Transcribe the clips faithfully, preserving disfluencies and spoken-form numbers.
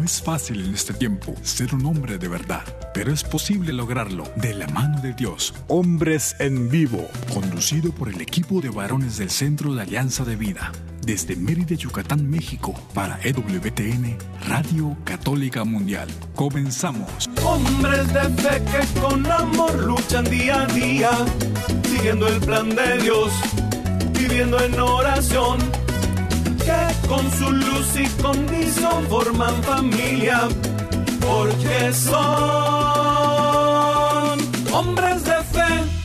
es fácil en este tiempo ser un hombre de verdad, pero es posible lograrlo de la mano de Dios. Hombres en Vivo, conducido por el equipo de varones del Centro de Alianza de Vida, desde Mérida, Yucatán, México, para E W T N, Radio Católica Mundial. Comenzamos. Hombres de fe que con amor luchan día a día, siguiendo el plan de Dios, viviendo en oración, que con su luz y condición forman familia, porque son hombres de fe.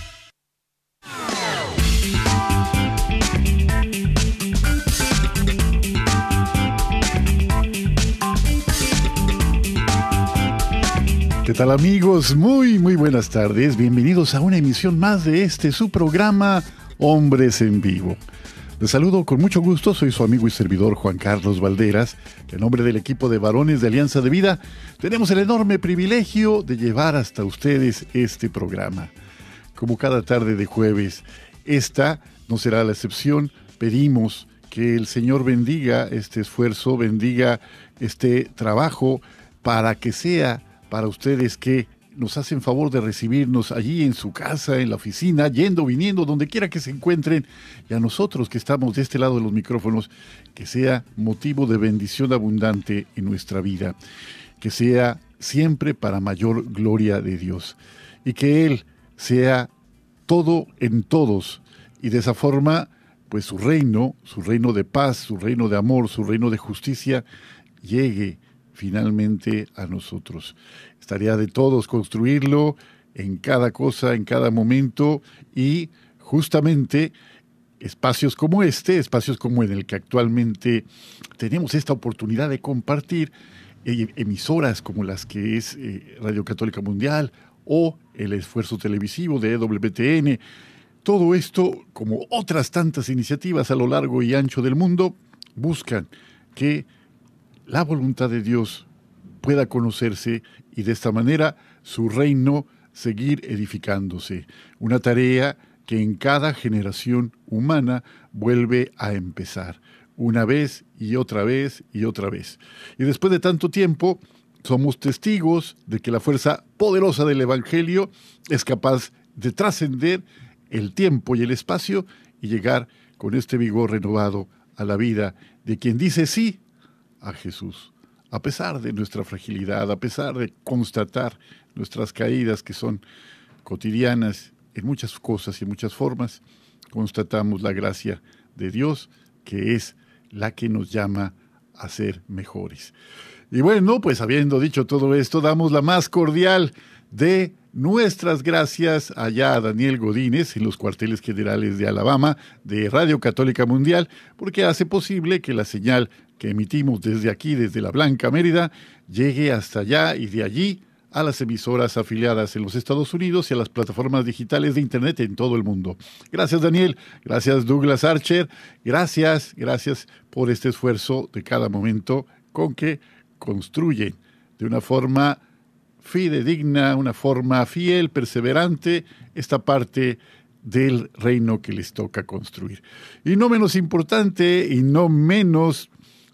¿Qué tal, amigos? Muy, muy buenas tardes. Bienvenidos a una emisión más de este, su programa Hombres en Vivo. Les saludo con mucho gusto, soy su amigo y servidor Juan Carlos Valderas. En nombre del equipo de varones de Alianza de Vida, tenemos el enorme privilegio de llevar hasta ustedes este programa. Como cada tarde de jueves, esta no será la excepción. Pedimos que el Señor bendiga este esfuerzo, bendiga este trabajo, para que sea para ustedes que nos hacen favor de recibirnos allí en su casa, en la oficina, yendo, viniendo, donde quiera que se encuentren, y a nosotros que estamos de este lado de los micrófonos, que sea motivo de bendición abundante en nuestra vida, que sea siempre para mayor gloria de Dios, y que Él sea todo en todos, y de esa forma, pues su reino, su reino de paz, su reino de amor, su reino de justicia, llegue finalmente a nosotros. Es tarea de todos construirlo en cada cosa, en cada momento, y justamente espacios como este, espacios como en el que actualmente tenemos esta oportunidad de compartir, eh, emisoras como las que es eh, Radio Católica Mundial o el esfuerzo televisivo de E W T N, todo esto, como otras tantas iniciativas a lo largo y ancho del mundo, buscan que la voluntad de Dios pueda conocerse y de esta manera su reino seguir edificándose. Una tarea que en cada generación humana vuelve a empezar, una vez y otra vez y otra vez. Y después de tanto tiempo, somos testigos de que la fuerza poderosa del Evangelio es capaz de trascender el tiempo y el espacio y llegar con este vigor renovado a la vida de quien dice sí a Jesús, a pesar de nuestra fragilidad, a pesar de constatar nuestras caídas que son cotidianas en muchas cosas y en muchas formas, constatamos la gracia de Dios, que es la que nos llama a ser mejores. Y bueno, pues habiendo dicho todo esto, damos la más cordial de nuestras gracias allá a Daniel Godínez en los cuarteles generales de Alabama de Radio Católica Mundial, porque hace posible que la señal que emitimos desde aquí, desde la Blanca Mérida, llegue hasta allá y de allí a las emisoras afiliadas en los Estados Unidos y a las plataformas digitales de Internet en todo el mundo. Gracias, Daniel. Gracias, Douglas Archer. Gracias, gracias por este esfuerzo de cada momento con que construyen de una forma fidedigna, una forma fiel, perseverante, esta parte del reino que les toca construir. Y no menos importante y no menos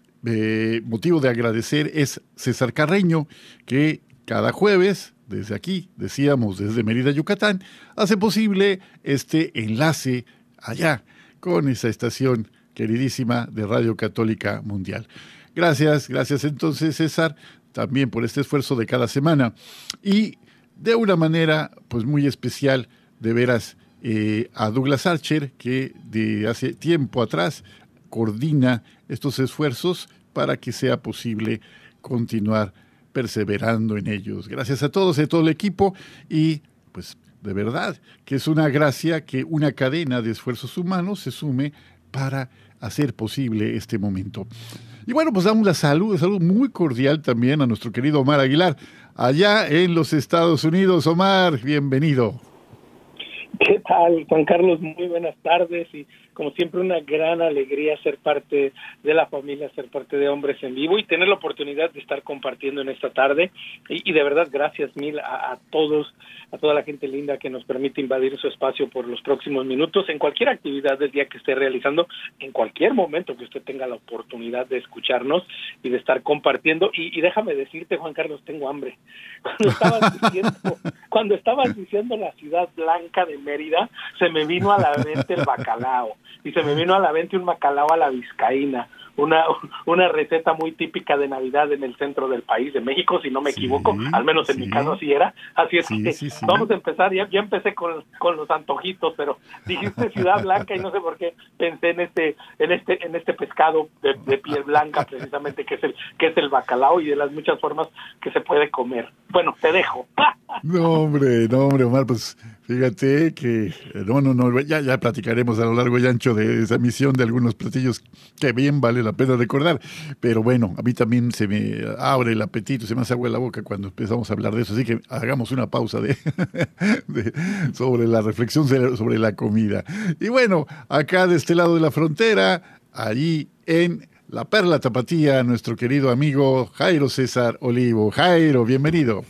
eh, motivo de agradecer es César Carreño, que cada jueves, desde aquí, decíamos, desde Mérida, Yucatán, hace posible este enlace allá con esa estación queridísima de Radio Católica Mundial. Gracias, gracias entonces, César, también por este esfuerzo de cada semana. Y de una manera pues muy especial, de veras, eh, a Douglas Archer, que de hace tiempo atrás coordina estos esfuerzos para que sea posible continuar perseverando en ellos. Gracias a todos, a todo el equipo, y pues de verdad que es una gracia que una cadena de esfuerzos humanos se sume para hacer posible este momento. Y bueno, pues damos la salud, salud muy cordial también a nuestro querido Omar Aguilar, allá en los Estados Unidos. Omar, bienvenido. ¿Qué tal, Juan Carlos? Muy buenas tardes y como siempre una gran alegría ser parte de la familia, ser parte de Hombres en Vivo y tener la oportunidad de estar compartiendo en esta tarde. Y, y de verdad, gracias mil a, a todos, a toda la gente linda que nos permite invadir su espacio por los próximos minutos, en cualquier actividad del día que esté realizando, en cualquier momento que usted tenga la oportunidad de escucharnos y de estar compartiendo. Y, y déjame decirte, Juan Carlos, tengo hambre. Cuando estabas diciendo, cuando estabas diciendo la ciudad blanca de Mérida, se me vino a la mente el bacalao, y se me vino a la mente un bacalao a la vizcaína, una una receta muy típica de Navidad en el centro del país, de México, si no me sí, equivoco, al menos en sí. mi caso así era, así es sí, que sí, sí. vamos a empezar, ya, ya empecé con, con los antojitos, pero dijiste ciudad blanca y no sé por qué pensé en este en este en este pescado de, de piel blanca precisamente, que es el que es el bacalao, y de las muchas formas que se puede comer. Bueno, te dejo. No, hombre, no, hombre, Omar, pues fíjate que, no, no, no, ya, ya platicaremos a lo largo y ancho de esa misión de algunos platillos que bien vale la pena recordar, pero bueno, a mí también se me abre el apetito, se me hace agua en la boca cuando empezamos a hablar de eso, así que hagamos una pausa de, de sobre la reflexión sobre la comida. Y bueno, acá de este lado de la frontera, allí en La Perla Tapatía, nuestro querido amigo Jairo César Olivo. Jairo, bienvenido.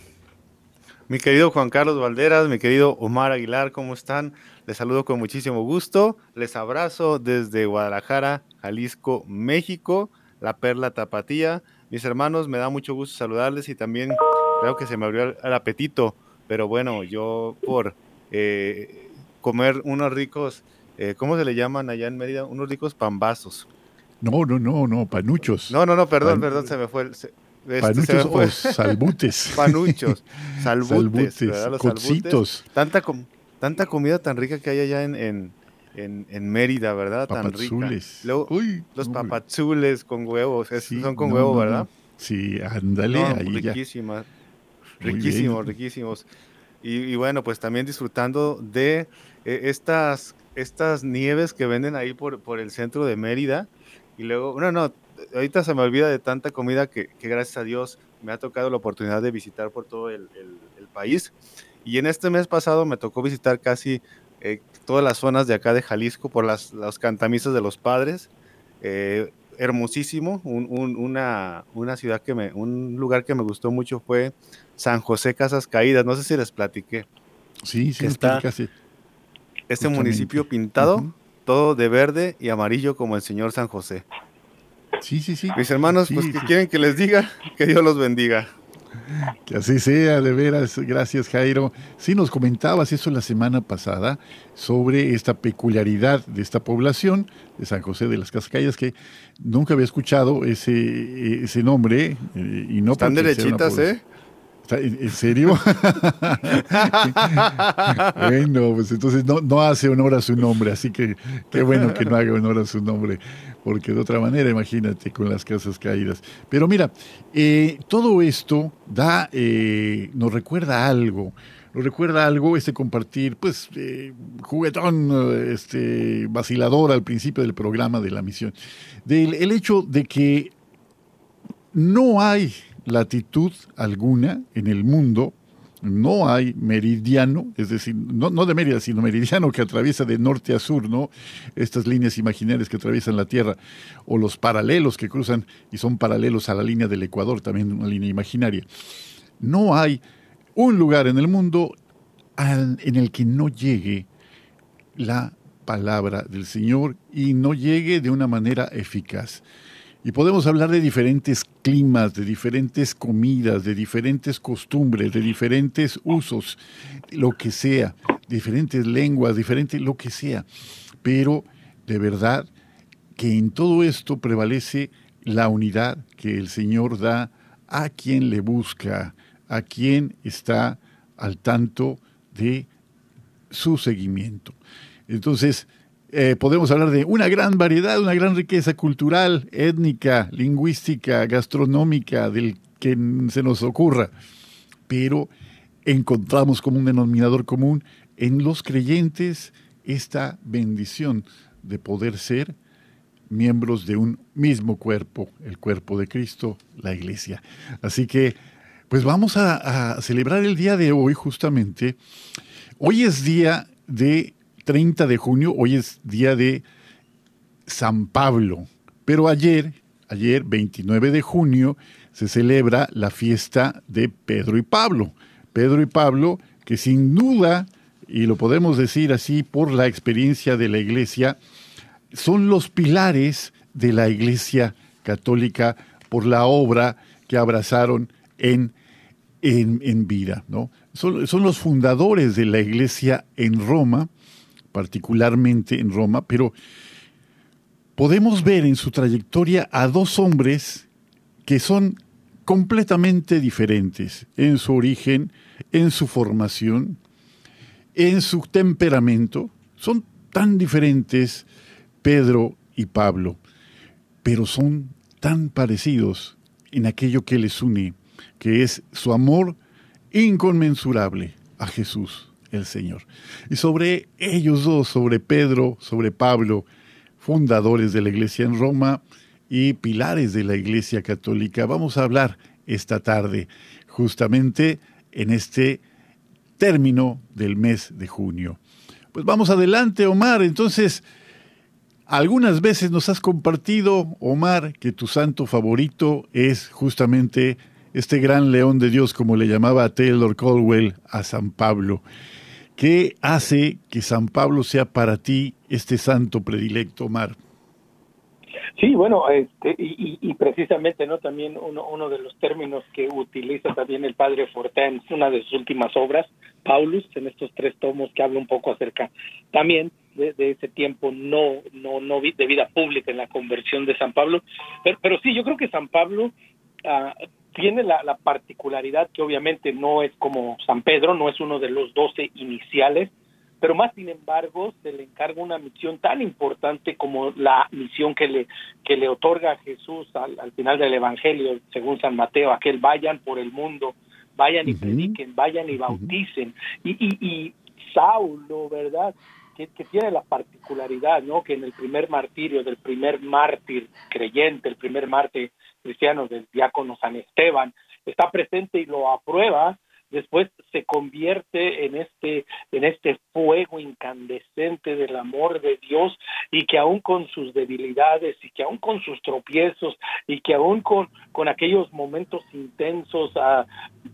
Mi querido Juan Carlos Valderas, mi querido Omar Aguilar, ¿cómo están? Les saludo con muchísimo gusto, les abrazo desde Guadalajara, Jalisco, México, La Perla Tapatía. Mis hermanos, me da mucho gusto saludarles y también creo que se me abrió el, el apetito, pero bueno, yo por eh, comer unos ricos, eh, ¿cómo se le llaman allá en Mérida? Unos ricos pambazos. No, no, no, no, panuchos. No, no, no, perdón, Pan... perdón, se me fue el... Se... Este, Panuchos o salbutes. Panuchos, salbutes, salbutes, los cocitos. Salbutes. Tanta, com tanta comida tan rica que hay allá en, en, en, en Mérida, ¿verdad? Papazules. Tan rica. Luego, Uy, los hombre. papazules con huevos, es, Sí, son con no, huevo, no, ¿verdad? No. Sí, ándale, No, ahí riquísimas, ya. riquísimos, riquísimos. Y, y bueno, pues también disfrutando de eh, estas, estas nieves que venden ahí por, por el centro de Mérida. Y luego, no, no, ahorita se me olvida de tanta comida que, que gracias a Dios me ha tocado la oportunidad de visitar por todo el, el, el país. Y en este mes pasado me tocó visitar casi eh, todas las zonas de acá de Jalisco por las, las cantamisas de los padres. Eh, hermosísimo, un, un, una, una ciudad que me, un lugar que me gustó mucho fue San José Casas Caídas. No sé si les platiqué. Sí, sí, está este Justamente. municipio pintado, uh-huh. todo de verde y amarillo como el Señor San José. Sí, sí, sí. Mis hermanos, sí, pues, sí. ¿qué quieren que les diga? Que Dios los bendiga. Que así sea, de veras. Gracias, Jairo. Sí, nos comentabas eso la semana pasada sobre esta peculiaridad de esta población de San José de las Casas Caídas, que nunca había escuchado ese, ese nombre. Eh, y no Están derechitas, ¿eh? ¿En serio? Bueno, pues entonces no, no hace honor a su nombre, así que qué bueno que no haga honor a su nombre, porque de otra manera, imagínate, con las casas caídas. Pero mira, eh, todo esto da, eh, nos recuerda algo, nos recuerda algo este compartir, pues, eh, juguetón, este, vacilador al principio del programa de la misión, del el hecho de que no hay latitud alguna en el mundo, no hay meridiano, es decir, no, no de Mérida, sino meridiano que atraviesa de norte a sur, ¿no? Estas líneas imaginarias que atraviesan la Tierra, o los paralelos que cruzan y son paralelos a la línea del Ecuador, también una línea imaginaria. No hay un lugar en el mundo al, en el que no llegue la palabra del Señor y no llegue de una manera eficaz. Y podemos hablar de diferentes climas, de diferentes comidas, de diferentes costumbres, de diferentes usos, lo que sea, diferentes lenguas, diferentes, lo que sea. Pero de verdad que en todo esto prevalece la unidad que el Señor da a quien le busca, a quien está al tanto de su seguimiento. Entonces, Eh, podemos hablar de una gran variedad, una gran riqueza cultural, étnica, lingüística, gastronómica, del que se nos ocurra, pero encontramos como un denominador común en los creyentes esta bendición de poder ser miembros de un mismo cuerpo, el cuerpo de Cristo, la Iglesia. Así que, pues vamos a, a celebrar el día de hoy justamente. Hoy es día de treinta de junio, hoy es día de San Pablo. Pero ayer, ayer, veintinueve de junio, se celebra la fiesta de Pedro y Pablo. Pedro y Pablo, que sin duda, y lo podemos decir así por la experiencia de la Iglesia, son los pilares de la Iglesia católica por la obra que abrazaron en, en, en vida, ¿no? Son, son los fundadores de la Iglesia en Roma, particularmente en Roma, pero podemos ver en su trayectoria a dos hombres que son completamente diferentes en su origen, en su formación, en su temperamento. Son tan diferentes Pedro y Pablo, pero son tan parecidos en aquello que les une, que es su amor inconmensurable a Jesús, el Señor. Y sobre ellos dos, sobre Pedro, sobre Pablo, fundadores de la Iglesia en Roma y pilares de la Iglesia católica, vamos a hablar esta tarde, justamente en este término del mes de junio. Pues vamos adelante, Omar. Entonces, algunas veces nos has compartido, Omar, que tu santo favorito es justamente este gran león de Dios, como le llamaba Taylor Caldwell a San Pablo. ¿Qué hace que San Pablo sea para ti este santo predilecto, Omar? Sí, bueno, este, y, y precisamente, ¿no? También uno, uno de los términos que utiliza también el padre Fortin, una de sus últimas obras, Paulus, en estos tres tomos que habla un poco acerca también de, de ese tiempo no, no, no de vida pública en la conversión de San Pablo. Pero, pero sí, yo creo que San Pablo uh, tiene la, la particularidad que obviamente no es como San Pedro, no es uno de los doce iniciales, pero más sin embargo se le encarga una misión tan importante como la misión que le que le otorga a Jesús al, al final del Evangelio, según San Mateo, aquel vayan por el mundo, vayan y uh-huh. prediquen, vayan y bauticen. Uh-huh. Y, y, y Saulo, ¿verdad?, que, que tiene la particularidad, ¿no?, que en el primer martirio, del primer mártir creyente, el primer mártir cristiano del diácono San Esteban, está presente y lo aprueba. Después se convierte en este en este fuego incandescente del amor de Dios, y que aún con sus debilidades y que aún con sus tropiezos y que aún con, con aquellos momentos intensos, uh,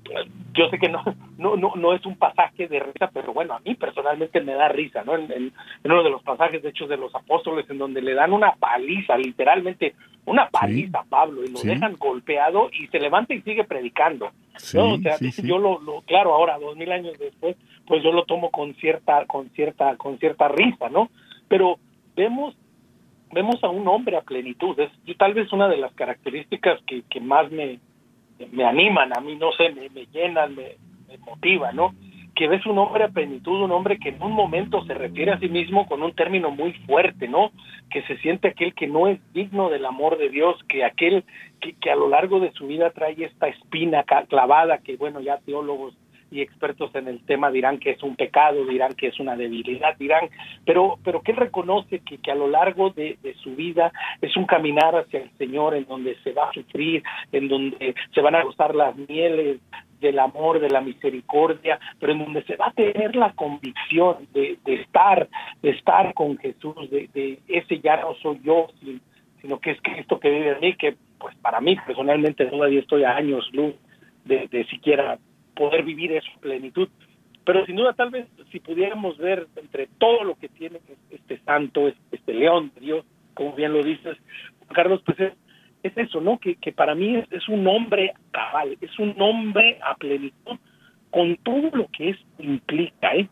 yo sé que no, no no no es un pasaje de risa, pero bueno, a mí personalmente me da risa, ¿no? En, en, en uno de los pasajes de Hechos de los Apóstoles, en donde le dan una paliza, literalmente una paliza sí. a Pablo, y lo sí. dejan golpeado y se levanta y sigue predicando. Sí, ¿no? O sea, sí, sí. yo lo, lo, claro, ahora dos mil años después, pues yo lo tomo con cierta, con cierta, con cierta risa, ¿no? Pero vemos, vemos a un hombre a plenitud. Es tal vez una de las características que, que más me, me animan a mí, no sé, me, me llenan, me, me motivan, ¿no? Que ves un hombre a plenitud, un hombre que en un momento se refiere a sí mismo con un término muy fuerte, ¿no? Que se siente aquel que no es digno del amor de Dios, que aquel que, que a lo largo de su vida trae esta espina clavada, que bueno, ya teólogos y expertos en el tema dirán que es un pecado, dirán que es una debilidad, dirán, pero pero que él reconoce que, que a lo largo de, de su vida es un caminar hacia el Señor, en donde se va a sufrir, en donde se van a gozar las mieles del amor, de la misericordia, pero en donde se va a tener la convicción de, de estar, de estar con Jesús, de, de ese ya no soy yo, sino que es Cristo que vive en mí, que pues para mí personalmente todavía estoy a años luz de, de siquiera poder vivir esa plenitud. Pero sin duda, tal vez si pudiéramos ver entre todo lo que tiene este santo, este león de Dios, como bien lo dices, Carlos, pues es es eso, ¿no? Que, que para mí es, es un hombre cabal, es un hombre a plenitud con todo lo que esto implica, ¿eh?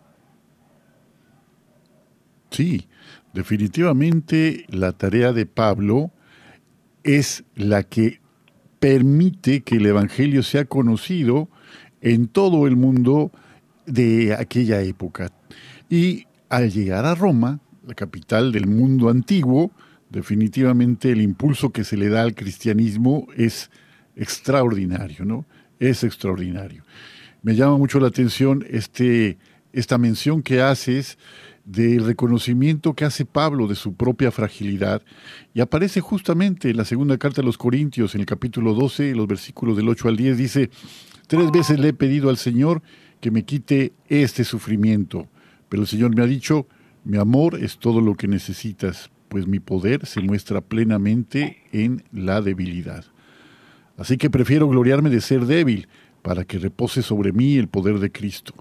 Sí, definitivamente la tarea de Pablo es la que permite que el Evangelio sea conocido en todo el mundo de aquella época. Y al llegar a Roma, la capital del mundo antiguo, definitivamente el impulso que se le da al cristianismo es extraordinario, ¿no? Es extraordinario. Me llama mucho la atención este, esta mención que haces del reconocimiento que hace Pablo de su propia fragilidad, y aparece justamente en la segunda carta a los Corintios, en el capítulo doce, los versículos del ocho al diez, dice: tres veces le he pedido al Señor que me quite este sufrimiento, pero el Señor me ha dicho: mi amor es todo lo que necesitas, pues mi poder se muestra plenamente en la debilidad. Así que prefiero gloriarme de ser débil, para que repose sobre mí el poder de Cristo.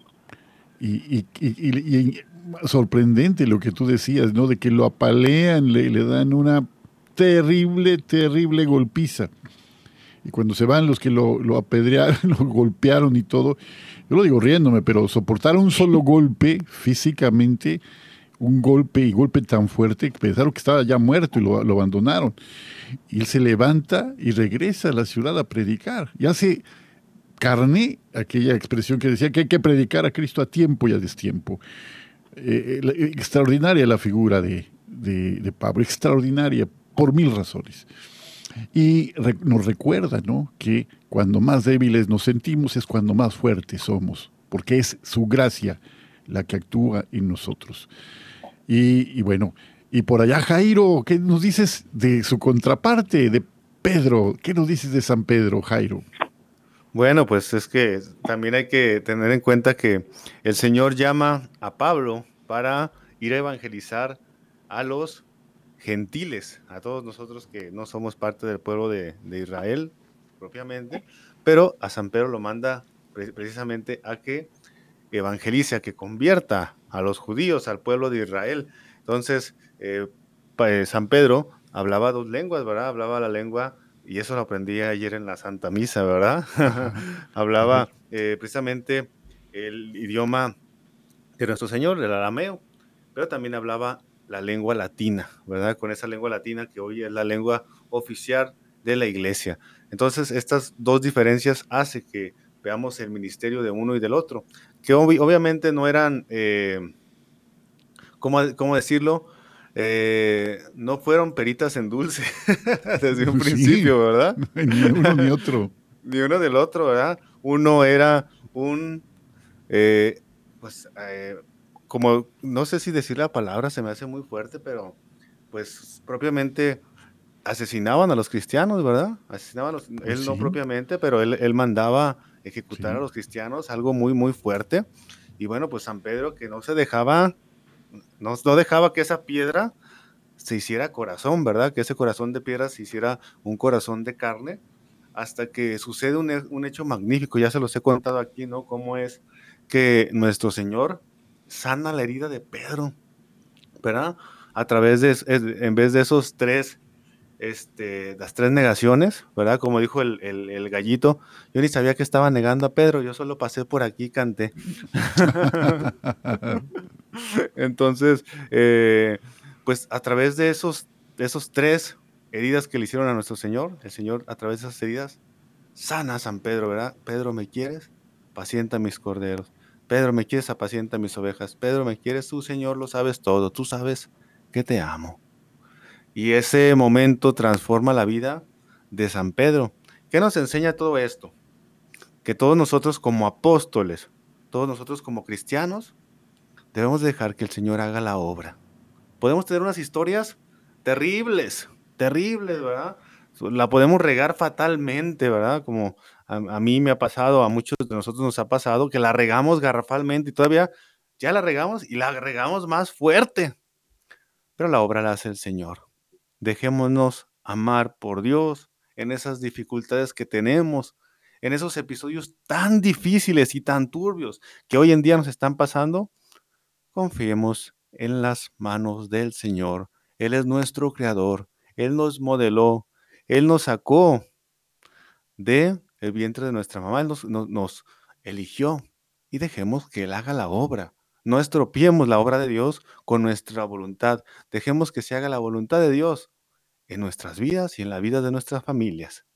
Y, y, y, y, y sorprendente lo que tú decías, ¿no? De que lo apalean, le, le dan una terrible, terrible golpiza. Y cuando se van los que lo, lo apedrearon, lo golpearon y todo, yo lo digo riéndome, pero soportar un solo golpe físicamente, un golpe y golpe tan fuerte, que pensaron que estaba ya muerto y lo, lo abandonaron. Y él se levanta y regresa a la ciudad a predicar. Y hace carne aquella expresión que decía que hay que predicar a Cristo a tiempo y a destiempo. Eh, la, extraordinaria la figura de, de, de Pablo, extraordinaria por mil razones. Y re, nos recuerda, ¿no?, que cuando más débiles nos sentimos es cuando más fuertes somos, porque es su gracia la que actúa en nosotros. Y, y bueno, y por allá, Jairo, ¿qué nos dices de su contraparte, de Pedro? ¿Qué nos dices de San Pedro, Jairo? Bueno, pues es que también hay que tener en cuenta que el Señor llama a Pablo para ir a evangelizar a los gentiles, a todos nosotros que no somos parte del pueblo de, de Israel propiamente, pero a San Pedro lo manda pre- precisamente a que evangelice, a que convierta a los judíos, al pueblo de Israel. Entonces, eh, pa- San Pedro hablaba dos lenguas, ¿verdad? Hablaba la lengua, y eso lo aprendí ayer en la Santa Misa, ¿verdad? Hablaba eh, precisamente el idioma de nuestro Señor, el arameo, pero también hablaba la lengua latina, ¿verdad? Con esa lengua latina que hoy es la lengua oficial de la iglesia. Entonces, estas dos diferencias hacen que veamos el ministerio de uno y del otro, que ob- obviamente no eran, eh, ¿cómo, cómo decirlo? Eh, no fueron peritas en dulce desde un Sí, principio, ¿verdad? ni uno ni otro. Ni uno del otro, ¿verdad? Uno era un, eh, pues, eh, como, no sé si decir la palabra, se me hace muy fuerte, pero pues propiamente asesinaban a los cristianos, ¿verdad? Asesinaban a los, él Sí, no propiamente, pero él, él mandaba ejecutar sí. a los cristianos, algo muy, muy fuerte. Y bueno, pues San Pedro que no se dejaba, no, no dejaba que esa piedra se hiciera corazón, ¿verdad? Que ese corazón de piedra se hiciera un corazón de carne, hasta que sucede un, un hecho magnífico, ya se los he contado aquí, ¿no? Cómo es que nuestro Señor sana la herida de Pedro, ¿verdad? A través de, en vez de esos tres, este, las tres negaciones, ¿verdad? Como dijo el, el, el gallito, yo ni sabía que estaba negando a Pedro, yo solo pasé por aquí y canté. Entonces, eh, pues a través de esos, de esos tres heridas que le hicieron a nuestro Señor, el Señor a través de esas heridas sana a San Pedro, ¿verdad? Pedro, ¿me quieres? Pacienta mis corderos. Pedro, ¿me quieres? Apacienta mis ovejas. Pedro, ¿me quieres? Tú, Señor, lo sabes todo. Tú sabes que te amo. Y ese momento transforma la vida de San Pedro. ¿Qué nos enseña todo esto? Que todos nosotros como apóstoles, todos nosotros como cristianos, debemos dejar que el Señor haga la obra. Podemos tener unas historias terribles, terribles, ¿verdad? La podemos regar fatalmente, ¿verdad? Como a, a mí me ha pasado, a muchos de nosotros nos ha pasado, que la regamos garrafalmente y todavía ya la regamos y la regamos más fuerte. Pero la obra la hace el Señor. Dejémonos amar por Dios en esas dificultades que tenemos, en esos episodios tan difíciles y tan turbios que hoy en día nos están pasando. Confiemos en las manos del Señor. Él es nuestro creador. Él nos modeló. Él nos sacó del vientre de nuestra mamá. Él nos, nos, nos eligió. Y dejemos que Él haga la obra. No estropeemos la obra de Dios con nuestra voluntad. Dejemos que se haga la voluntad de Dios en nuestras vidas y en la vida de nuestras familias.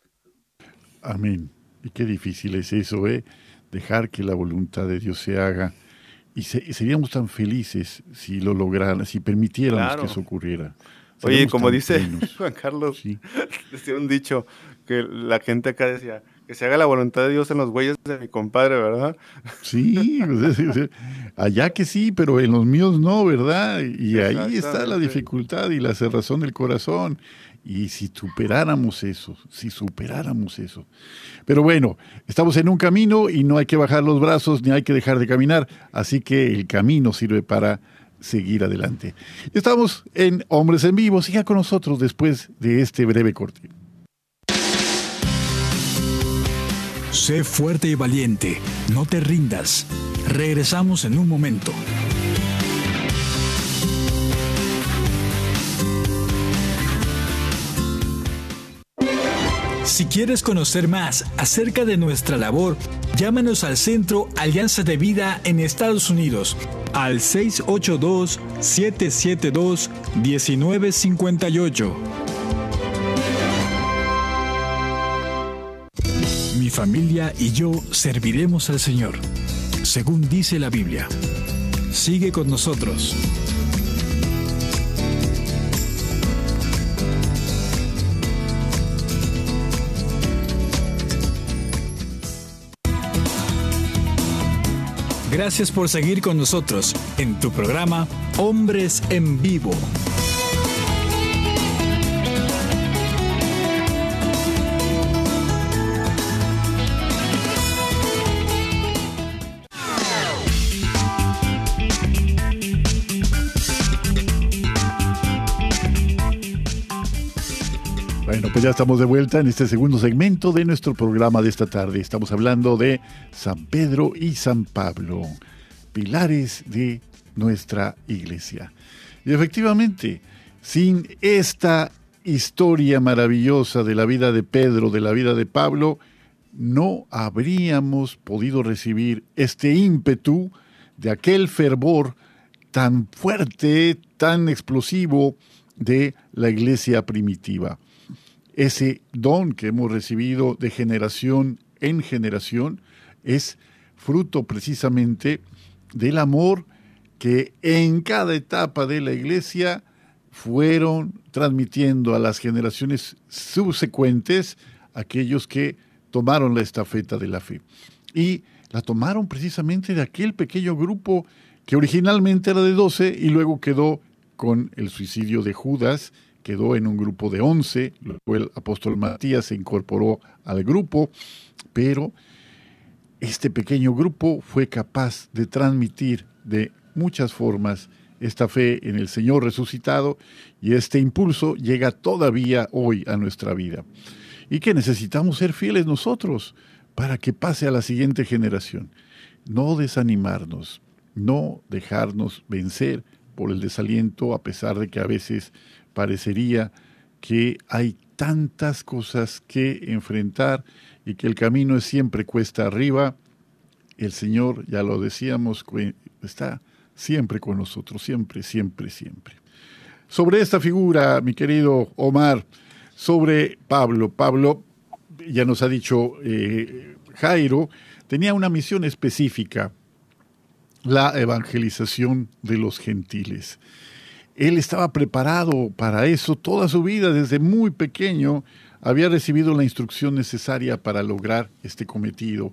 Amén. Y qué difícil es eso, ¿eh? Dejar que la voluntad de Dios se haga. Y, se, y seríamos tan felices si lo lograran, si permitiéramos Claro. que eso ocurriera. Oye, Seríamos como tan dice plenos. Juan Carlos, Sí. decía un dicho que la gente acá decía, que se haga la voluntad de Dios en los güeyes de mi compadre, ¿verdad? Sí, o sea, o sea, allá que sí, pero en los míos no, ¿verdad? Y ahí está la Exactamente. dificultad y la cerrazón del corazón. Y si superáramos eso, si superáramos eso. Pero bueno, estamos en un camino y no hay que bajar los brazos ni hay que dejar de caminar. Así que el camino sirve para seguir adelante. Estamos en Hombres en Vivo. Siga con nosotros después de este breve corte. Sé fuerte y valiente, no te rindas. Regresamos en un momento. Si quieres conocer más acerca de nuestra labor, llámanos al Centro Alianza de Vida en Estados Unidos al seis ocho dos, siete siete dos, uno nueve cinco ocho. Mi familia y yo serviremos al Señor, según dice la Biblia. Sigue con nosotros. Gracias por seguir con nosotros en tu programa Hombres en Vivo. Bueno, pues ya estamos de vuelta en este segundo segmento de nuestro programa de esta tarde. Estamos hablando de San Pedro y San Pablo, pilares de nuestra iglesia. Y efectivamente, sin esta historia maravillosa de la vida de Pedro, de la vida de Pablo, no habríamos podido recibir este ímpetu de aquel fervor tan fuerte, tan explosivo de la iglesia primitiva. Ese don que hemos recibido de generación en generación es fruto precisamente del amor que en cada etapa de la iglesia fueron transmitiendo a las generaciones subsecuentes aquellos que tomaron la estafeta de la fe. Y la tomaron precisamente de aquel pequeño grupo que originalmente era de doce y luego quedó con el suicidio de Judas, quedó en un grupo de once, luego el apóstol Matías se incorporó al grupo, pero este pequeño grupo fue capaz de transmitir de muchas formas esta fe en el Señor resucitado, y este impulso llega todavía hoy a nuestra vida. Y que necesitamos ser fieles nosotros para que pase a la siguiente generación. No desanimarnos, no dejarnos vencer por el desaliento, a pesar de que a veces parecería que hay tantas cosas que enfrentar y que el camino es siempre cuesta arriba. El Señor, ya lo decíamos, está siempre con nosotros, siempre, siempre, siempre. Sobre esta figura, mi querido Omar, sobre Pablo, Pablo, ya nos ha dicho eh, Jairo, tenía una misión específica, la evangelización de los gentiles. Él estaba preparado para eso toda su vida, desde muy pequeño había recibido la instrucción necesaria para lograr este cometido.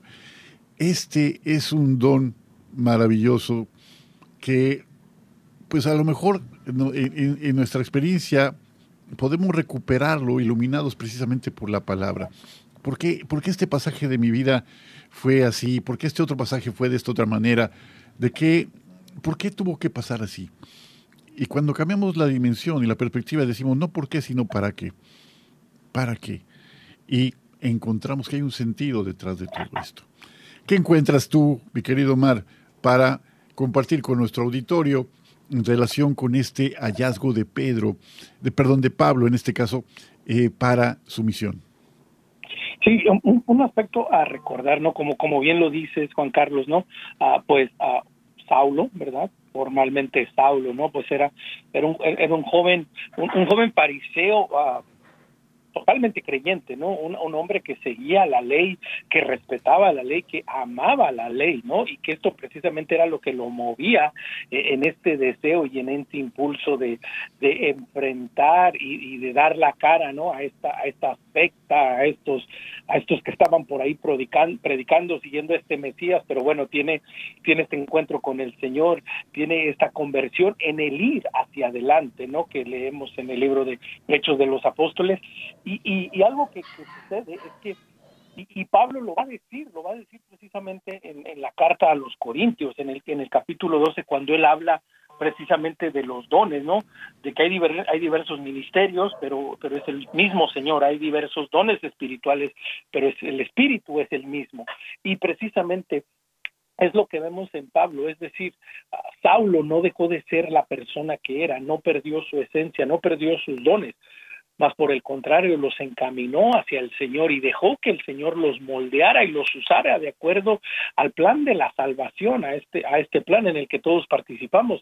Este es un don maravilloso que, pues a lo mejor en, en, en nuestra experiencia podemos recuperarlo iluminados precisamente por la palabra. ¿Por qué, ¿Por qué este pasaje de mi vida fue así? ¿Por qué este otro pasaje fue de esta otra manera? ¿De qué, ¿Por qué tuvo que pasar así? Y cuando cambiamos la dimensión y la perspectiva decimos no por qué, sino para qué. ¿Para qué? Y encontramos que hay un sentido detrás de todo esto. ¿Qué encuentras tú, mi querido Omar, para compartir con nuestro auditorio en relación con este hallazgo de Pedro, de perdón, de Pablo en este caso, eh, para su misión? Sí, un, un aspecto a recordar, ¿no? Como, como bien lo dices, Juan Carlos, ¿no? Ah, pues ah, Saulo, ¿verdad? Formalmente Saulo, ¿no? Pues era, era, un, era un joven, un, un joven fariseo, uh, totalmente creyente, ¿no? Un, un hombre que seguía la ley, que respetaba la ley, que amaba la ley, ¿no? Y que esto precisamente era lo que lo movía eh, en este deseo y en este impulso de, de enfrentar y, y de dar la cara, ¿no? A esta, a esta secta, a estos, a estos que estaban por ahí predicando, predicando, siguiendo a este Mesías, pero bueno, tiene, tiene este encuentro con el Señor, tiene esta conversión en el ir hacia adelante, ¿no? Que leemos en el libro de Hechos de los Apóstoles. Y, y, y algo que, que sucede es que, y, y Pablo lo va a decir, lo va a decir precisamente en, en la carta a los Corintios, en el, en el capítulo doce, cuando él habla precisamente de los dones, ¿no? De que hay, diver, hay diversos ministerios, pero, pero es el mismo Señor, hay diversos dones espirituales, pero es, el espíritu es el mismo. Y precisamente es lo que vemos en Pablo, es decir, Saulo no dejó de ser la persona que era, no perdió su esencia, no perdió sus dones, mas por el contrario los encaminó hacia el Señor y dejó que el Señor los moldeara y los usara de acuerdo al plan de la salvación, a este, a este plan en el que todos participamos.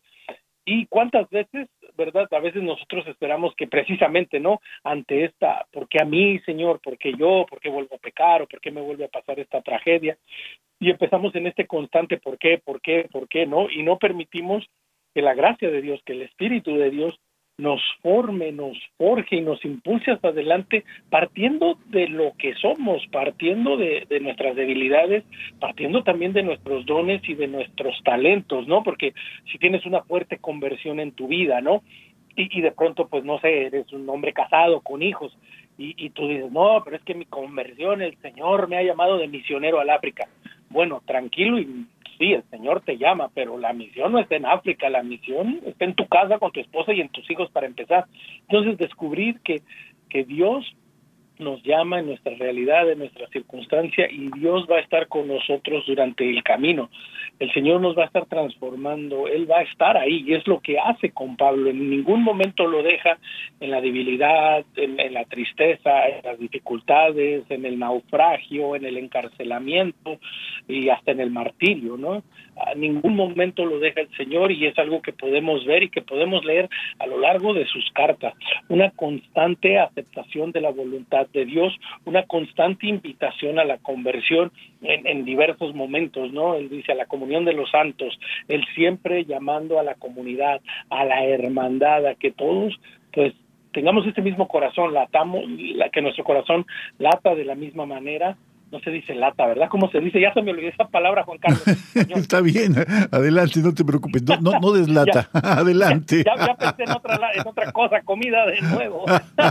Y cuántas veces, ¿verdad? A veces nosotros esperamos que precisamente, ¿no? Ante esta, ¿por qué a mí, Señor? ¿Por qué yo? ¿Por qué vuelvo a pecar? ¿O por qué me vuelve a pasar esta tragedia? Y empezamos en este constante ¿por qué? ¿Por qué? ¿Por qué? ¿No? Y no permitimos que la gracia de Dios, que el Espíritu de Dios nos forme, nos forje y nos impulse hacia adelante, partiendo de lo que somos, partiendo de, de nuestras debilidades, partiendo también de nuestros dones y de nuestros talentos, ¿no? Porque si tienes una fuerte conversión en tu vida, ¿no? Y, y de pronto, pues no sé, eres un hombre casado con hijos y, y tú dices, no, pero es que mi conversión, el Señor me ha llamado de misionero al África. Bueno, tranquilo, y sí, el Señor te llama, pero la misión no está en África, la misión está en tu casa con tu esposa y en tus hijos para empezar. Entonces, descubrir que, que Dios nos llama en nuestra realidad, en nuestra circunstancia, y Dios va a estar con nosotros durante el camino. El Señor nos va a estar transformando, Él va a estar ahí, y es lo que hace con Pablo. En ningún momento lo deja en la debilidad, en, en la tristeza, en las dificultades, en el naufragio, en el encarcelamiento y hasta en el martirio, ¿no? A ningún momento lo deja el Señor, y es algo que podemos ver y que podemos leer a lo largo de sus cartas. Una constante aceptación de la voluntad de Dios, una constante invitación a la conversión en, en diversos momentos, ¿no? Él dice a la comunión de los santos, él siempre llamando a la comunidad, a la hermandad, a que todos, pues, tengamos este mismo corazón, latamos, la, que nuestro corazón lata de la misma manera. No se dice lata, ¿verdad? ¿Cómo se dice? Ya se me olvidó esa palabra, Juan Carlos. Está bien, adelante, no te preocupes, no, no, no deslata, ya, adelante. Ya, ya, ya pensé en otra, en otra cosa, comida de nuevo.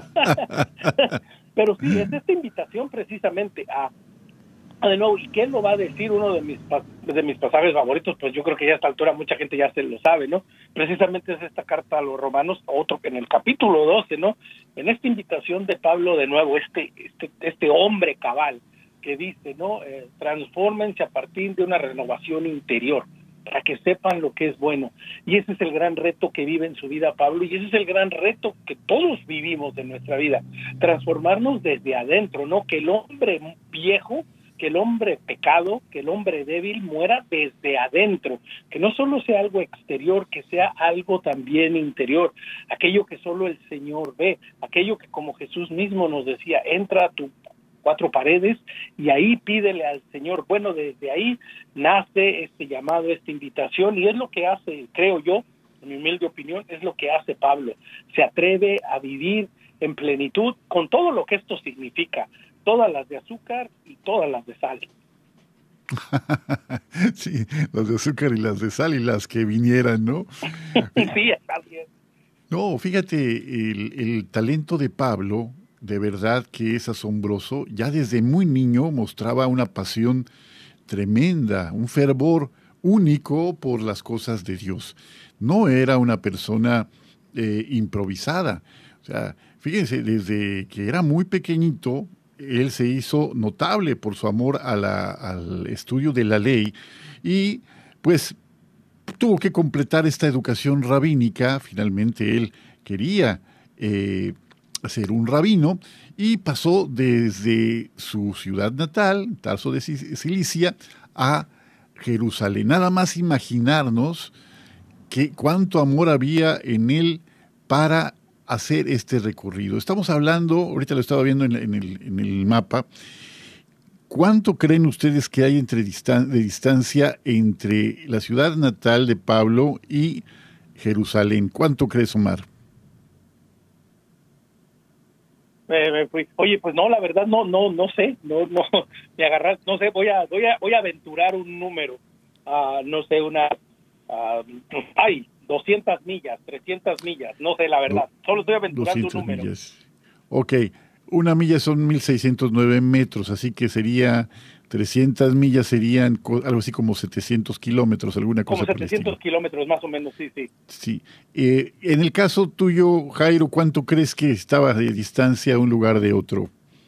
Pero sí, es esta invitación precisamente a, a de nuevo, ¿y qué lo va a decir uno de mis de mis pasajes favoritos? Pues yo creo que ya a esta altura mucha gente ya se lo sabe, ¿no? Precisamente es esta carta a los Romanos, otro que en el capítulo doce, ¿no? En esta invitación de Pablo de nuevo, este, este, este hombre cabal, que dice, ¿no? Eh, transfórmense a partir de una renovación interior, para que sepan lo que es bueno. Y ese es el gran reto que vive en su vida Pablo, y ese es el gran reto que todos vivimos en nuestra vida, transformarnos desde adentro, ¿no? Que el hombre viejo, que el hombre pecado, que el hombre débil muera desde adentro, que no solo sea algo exterior, que sea algo también interior, aquello que solo el Señor ve, aquello que, como Jesús mismo nos decía, entra a tu cuatro paredes y ahí pídele al Señor. Bueno, desde ahí nace este llamado, esta invitación, y es lo que hace, creo yo, en mi humilde opinión, es lo que hace Pablo. Se atreve a vivir en plenitud con todo lo que esto significa, todas las de azúcar y todas las de sal. Sí, las de azúcar y las de sal y las que vinieran, ¿no? Sí, está bien. No, fíjate, el, el talento de Pablo, de verdad que es asombroso. Ya desde muy niño mostraba una pasión tremenda, un fervor único por las cosas de Dios. No era una persona eh, improvisada. O sea, fíjense, desde que era muy pequeñito, él se hizo notable por su amor a la, al estudio de la ley y pues tuvo que completar esta educación rabínica. Finalmente él quería eh, ser un rabino y pasó desde su ciudad natal, Tarso de Cilicia, a Jerusalén. Nada más imaginarnos que cuánto amor había en él para hacer este recorrido. Estamos hablando, ahorita lo estaba viendo en, en, el, en el mapa, ¿cuánto creen ustedes que hay entre distan- de distancia entre la ciudad natal de Pablo y Jerusalén? ¿Cuánto crees, Omar? Eh, me fui. Oye, pues no, la verdad no, no, no sé, no, no, me agarras, no sé, voy a, voy a, voy a aventurar un número, uh, no sé, una, uh, ay, doscientas millas, trescientas millas, no sé la verdad, solo estoy aventurando un número. Millas. Ok, una milla son mil seiscientos nueve metros, así que sería trescientas millas serían co- algo así como setecientos kilómetros, alguna cosa Como por el estilo. setecientos kilómetros más o menos, sí, sí. Sí. Eh, en el caso tuyo, Jairo, ¿cuánto crees que estaba de distancia un lugar de otro?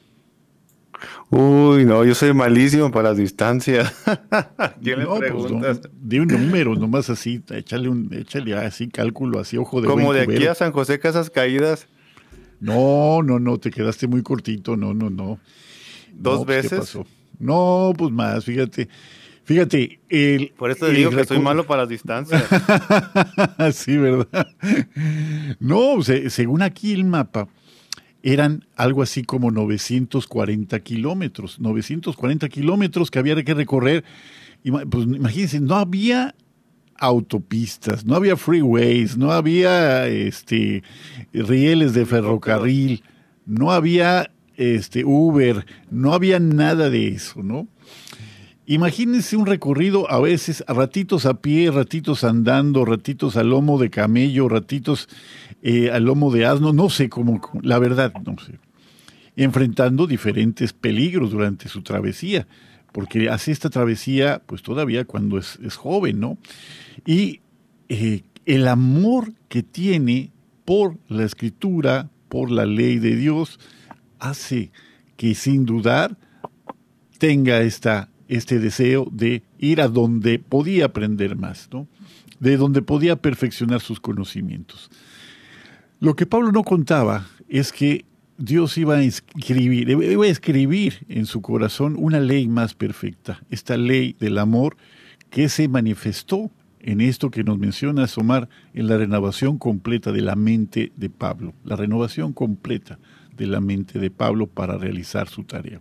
Uy, no, yo soy malísimo para las distancias. ¿Quién le No, pues no, preguntas? de un número, nomás así, échale, un, échale así cálculo, así ojo de Como buen de aquí cubero. a San José Casas Caídas, No, no, no, te quedaste muy cortito, no, no, no. dos No, pues, ¿qué veces. pasó? No, pues más, fíjate. Fíjate, el... Por eso te el digo que soy recu- malo para las distancias. Sí, ¿verdad? No, se- según aquí el mapa, eran algo así como novecientos cuarenta kilómetros, novecientos cuarenta kilómetros que había que recorrer. Ima- Pues imagínense, no había autopistas, no había freeways, no había este rieles de ferrocarril, no había este Uber, no había nada de eso, ¿no? Imagínense un recorrido a veces, a ratitos a pie, ratitos andando, ratitos a lomo de camello, ratitos eh, al lomo de asno, no sé cómo, cómo- la verdad, no sé. Enfrentando diferentes peligros durante su travesía, porque hace esta travesía, pues todavía cuando es, es joven, ¿no? Y eh, el amor que tiene por la escritura, por la ley de Dios, hace que sin dudar tenga esta, este deseo de ir a donde podía aprender más, ¿no? De donde podía perfeccionar sus conocimientos. Lo que Pablo no contaba es que Dios iba a escribir, iba a escribir en su corazón una ley más perfecta, esta ley del amor que se manifestó en esto que nos menciona Omar, en la renovación completa de la mente de Pablo, la renovación completa de la mente de Pablo para realizar su tarea.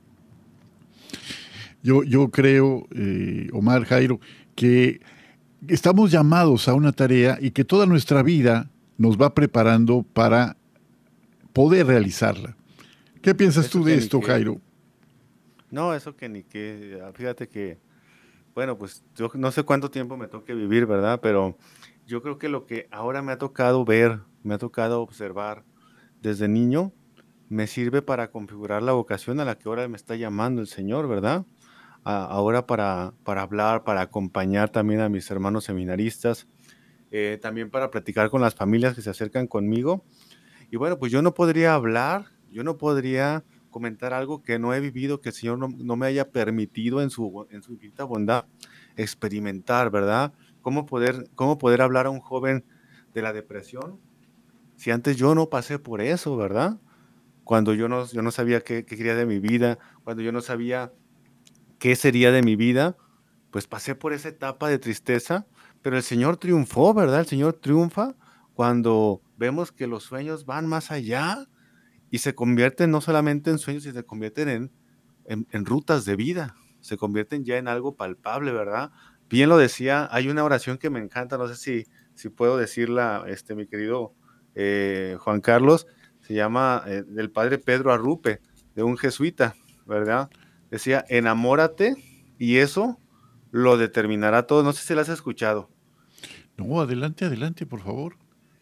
Yo, yo creo, eh, Omar, Jairo, que estamos llamados a una tarea y que toda nuestra vida nos va preparando para poder realizarla. ¿Qué piensas Eso tú de que ni esto, qué. Jairo? No, eso que ni qué. Ah, Fíjate que, bueno, pues yo no sé cuánto tiempo me toque vivir, ¿verdad? Pero yo creo que lo que ahora me ha tocado ver, me ha tocado observar desde niño, me sirve para configurar la vocación a la que ahora me está llamando el Señor, ¿verdad? A- ahora para, para hablar, para acompañar también a mis hermanos seminaristas, eh, también para platicar con las familias que se acercan conmigo. Y bueno, pues yo no podría hablar, yo no podría comentar algo que no he vivido, que el Señor no, no me haya permitido en su, en su infinita bondad experimentar, ¿verdad? ¿Cómo poder, cómo poder hablar a un joven de la depresión si antes yo no pasé por eso, ¿verdad? Cuando yo no, yo no sabía qué, qué quería de mi vida, cuando yo no sabía qué sería de mi vida, pues pasé por esa etapa de tristeza, pero el Señor triunfó, ¿verdad? El Señor triunfa cuando vemos que los sueños van más allá y se convierten no solamente en sueños, sino se convierten en, en, en rutas de vida, se convierten ya en algo palpable, ¿verdad? Bien lo decía, hay una oración que me encanta, no sé si, si puedo decirla, este, mi querido eh, Juan Carlos, se llama eh, del padre Pedro Arrupe, de un jesuita, ¿verdad? Decía, enamórate y eso lo determinará todo. No sé si la has escuchado. No, adelante, adelante, por favor.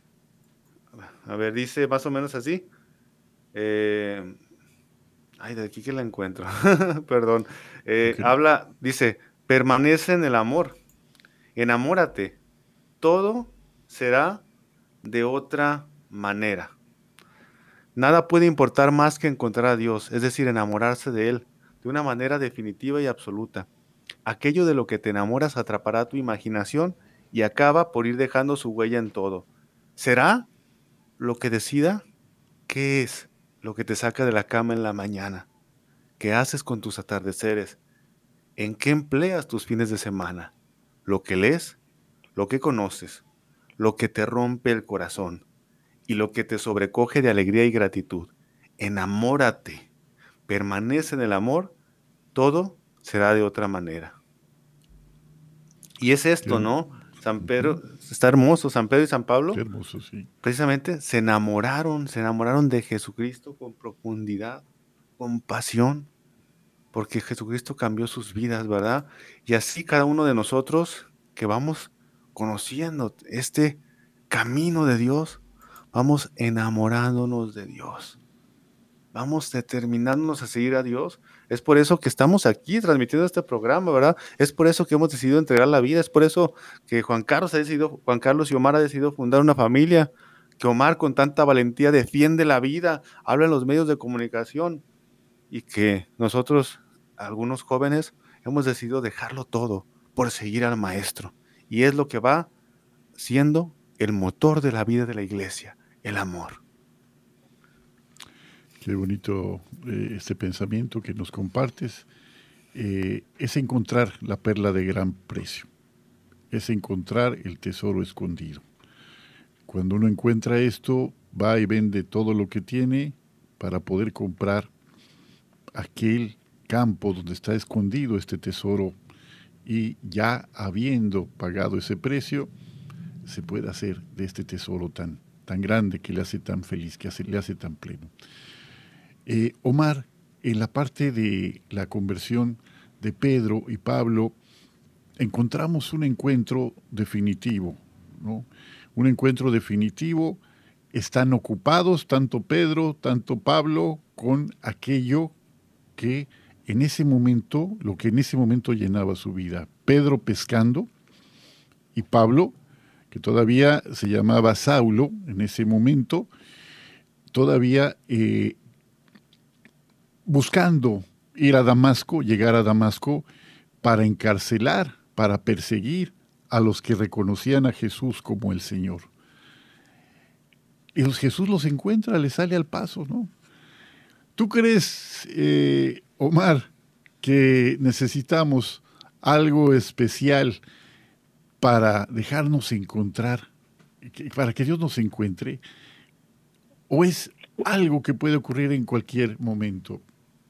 A ver, dice más o menos así. Eh, ay, de aquí que la encuentro. Perdón. Eh, Ok. habla, dice, permanece en el amor. Enamórate. Todo será de otra manera. Nada puede importar más que encontrar a Dios, es decir, enamorarse de Él, de una manera definitiva y absoluta. Aquello de lo que te enamoras atrapará tu imaginación y acaba por ir dejando su huella en todo. ¿Será lo que decida? ¿Qué es lo que te saca de la cama en la mañana? ¿Qué haces con tus atardeceres? ¿En qué empleas tus fines de semana? ¿Lo que lees? ¿Lo que conoces? ¿Lo que te rompe el corazón? Y lo que te sobrecoge de alegría y gratitud. Enamórate, permanece en el amor, todo será de otra manera. Y es esto, Qué, ¿no? San Pedro, está hermoso, San Pedro y San Pablo, qué hermoso, sí. precisamente se enamoraron, se enamoraron de Jesucristo con profundidad, con pasión, porque Jesucristo cambió sus vidas, ¿verdad? Y así cada uno de nosotros que vamos conociendo este camino de Dios, vamos enamorándonos de Dios. vamos determinándonos a seguir a Dios. Es por eso que estamos aquí transmitiendo este programa, ¿verdad? Es por eso que hemos decidido entregar la vida, es por eso que Juan Carlos ha decidido, Juan Carlos y Omar ha decidido fundar una familia, que Omar con tanta valentía defiende la vida, habla en los medios de comunicación, y que nosotros, algunos jóvenes, hemos decidido dejarlo todo por seguir al Maestro. Y es lo que va siendo el motor de la vida de la iglesia, el amor. Qué bonito eh, este pensamiento que nos compartes. Eh, es encontrar la perla de gran precio. Es encontrar el tesoro escondido. Cuando uno encuentra esto, va y vende todo lo que tiene para poder comprar aquel campo donde está escondido este tesoro, y ya habiendo pagado ese precio, se puede hacer de este tesoro tan, tan grande que le hace tan feliz, que hace, le hace tan pleno. Eh, Omar, en la parte de la conversión de Pedro y Pablo, encontramos un encuentro definitivo, ¿no? Un encuentro definitivo. Están ocupados tanto Pedro, tanto Pablo, con aquello que en ese momento, lo que en ese momento llenaba su vida. Pedro pescando y Pablo, que todavía se llamaba Saulo en ese momento, todavía eh, buscando ir a Damasco, llegar a Damasco para encarcelar, para perseguir a los que reconocían a Jesús como el Señor. Y Jesús los encuentra, les sale al paso, ¿no? ¿Tú crees, eh, Omar, que necesitamos algo especial para dejarnos encontrar, para que Dios nos encuentre? ¿O es algo que puede ocurrir en cualquier momento?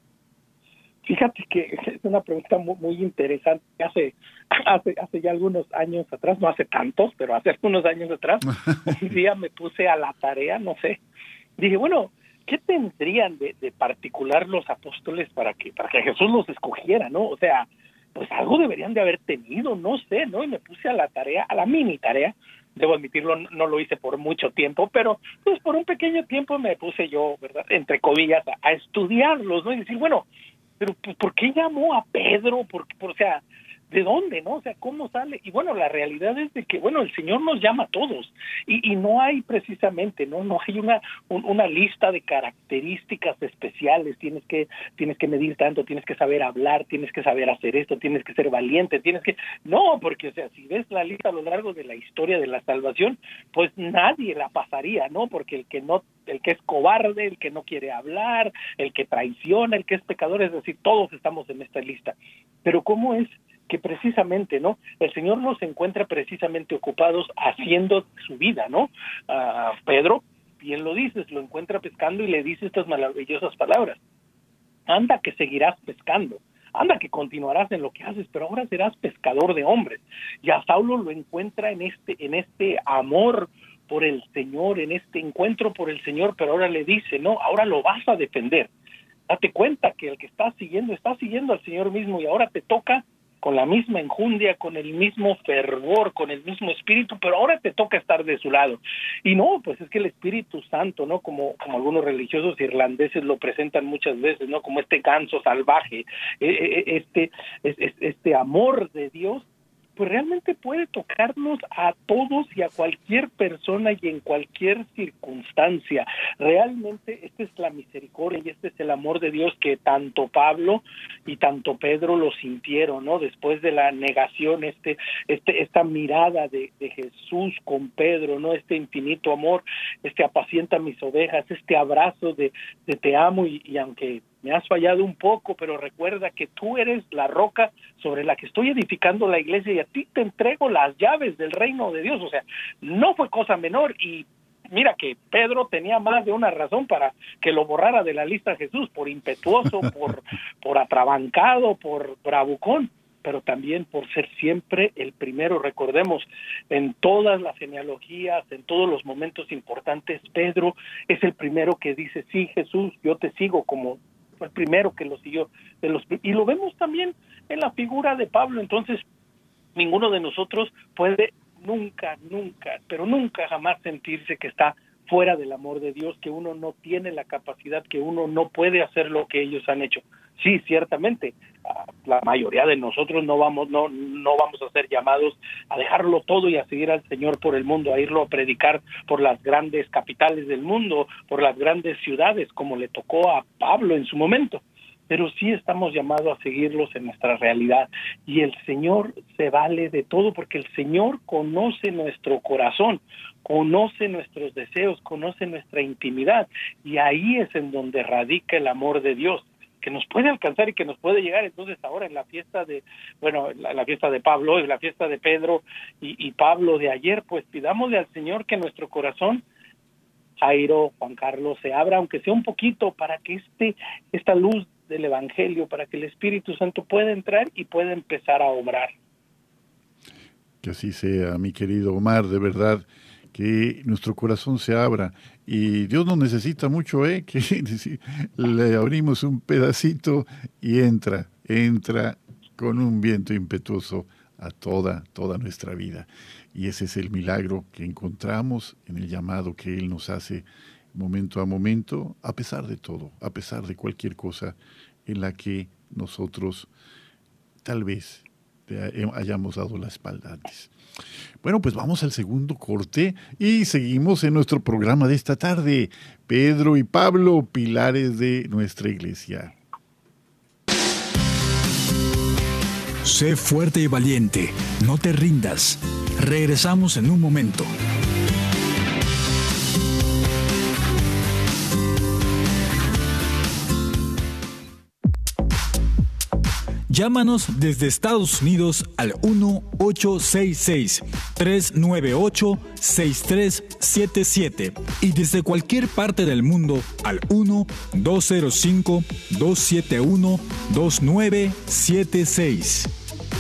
Fíjate que es una pregunta muy, muy interesante. Hace, hace, hace ya algunos años atrás, no hace tantos, pero hace algunos años atrás, un día me puse a la tarea, no sé, dije, bueno, ¿qué tendrían de, de particular los apóstoles para que, para que Jesús los escogiera, ¿no? O sea, pues algo deberían de haber tenido, no sé, ¿no? Y me puse a la tarea, a la mini tarea, debo admitirlo, no lo hice por mucho tiempo, pero pues por un pequeño tiempo me puse yo, ¿verdad?, entre comillas, a, a estudiarlos, ¿no? Y decir, bueno, pero pues, ¿por qué llamó a Pedro? ¿Por, por, o sea, ¿de dónde, no? O sea, ¿cómo sale? Y bueno, la realidad es de que, bueno, el Señor nos llama a todos, y, y no hay precisamente, ¿no? No hay una un, una lista de características especiales. Tienes que tienes que medir tanto, tienes que saber hablar, tienes que saber hacer esto, tienes que ser valiente, tienes que... No, porque, o sea, si ves la lista a lo largo de la historia de la salvación, pues nadie la pasaría, ¿no? Porque el que no el que es cobarde, el que no quiere hablar, el que traiciona, el que es pecador, es decir, todos estamos en esta lista. Pero ¿cómo es que precisamente, ¿no?, el Señor nos encuentra precisamente ocupados haciendo su vida, ¿no? Uh, Pedro, bien lo dices, lo encuentra pescando y le dice estas maravillosas palabras: anda que seguirás pescando, anda que continuarás en lo que haces, pero ahora serás pescador de hombres. Y a Saulo lo encuentra en este, en este amor por el Señor, en este encuentro por el Señor, pero ahora le dice, no, ahora lo vas a defender. Date cuenta que el que está siguiendo, está siguiendo al Señor mismo, y ahora te toca con la misma enjundia, con el mismo fervor, con el mismo espíritu, pero ahora te toca estar de su lado. Y no, pues es que el Espíritu Santo, ¿no?, como, como algunos religiosos irlandeses lo presentan muchas veces, ¿no?, como este ganso salvaje, este, este, este amor de Dios, pues realmente puede tocarnos a todos y a cualquier persona y en cualquier circunstancia. Realmente esta es la misericordia y este es el amor de Dios que tanto Pablo y tanto Pedro lo sintieron, ¿no? Después de la negación, este, este, esta mirada de, de Jesús con Pedro, ¿no? Este infinito amor, este apacienta mis ovejas, este abrazo de, de te amo y, y aunque me has fallado un poco, pero recuerda que tú eres la roca sobre la que estoy edificando la iglesia y a ti te entrego las llaves del reino de Dios. O sea, no fue cosa menor. Y mira que Pedro tenía más de una razón para que lo borrara de la lista Jesús, por impetuoso, por, por atrabancado, por bravucón, pero también por ser siempre el primero. Recordemos, en todas las genealogías, en todos los momentos importantes, Pedro es el primero que dice, sí, Jesús, yo te sigo, como fue el primero que lo siguió. De los, y lo vemos también en la figura de Pablo. Entonces, ninguno de nosotros puede nunca, nunca, pero nunca jamás sentirse que está fuera del amor de Dios, que uno no tiene la capacidad, que uno no puede hacer lo que ellos han hecho. Sí, ciertamente, la mayoría de nosotros no vamos, no, no vamos a ser llamados a dejarlo todo y a seguir al Señor por el mundo, a irlo a predicar por las grandes capitales del mundo, por las grandes ciudades, como le tocó a Pablo en su momento. Pero sí estamos llamados a seguirlos en nuestra realidad. Y el Señor se vale de todo, porque el Señor conoce nuestro corazón, conoce nuestros deseos, conoce nuestra intimidad. Y ahí es en donde radica el amor de Dios, que nos puede alcanzar y que nos puede llegar. Entonces ahora en la fiesta de, bueno, la, la fiesta de Pablo, en la fiesta de Pedro y, y Pablo de ayer, pues pidámosle al Señor que nuestro corazón, Jairo, Juan Carlos, se abra, aunque sea un poquito, para que este esta luz del Evangelio, para que el Espíritu Santo pueda entrar y pueda empezar a obrar. Que así sea, mi querido Omar, de verdad, que nuestro corazón se abra. Y Dios no necesita mucho, ¿eh? Que le abrimos un pedacito y entra, entra con un viento impetuoso a toda, toda nuestra vida. Y ese es el milagro que encontramos en el llamado que Él nos hace momento a momento, a pesar de todo, a pesar de cualquier cosa en la que nosotros tal vez hayamos dado la espalda antes. Bueno, pues vamos al segundo corte y seguimos en nuestro programa de esta tarde. Pedro y Pablo, pilares de nuestra iglesia. Sé fuerte y valiente, no te rindas. Regresamos en un momento. Llámanos desde Estados Unidos al uno ocho seis seis, tres nueve ocho, seis tres siete siete y desde cualquier parte del mundo al uno dos cero cinco, dos siete uno, dos nueve siete seis.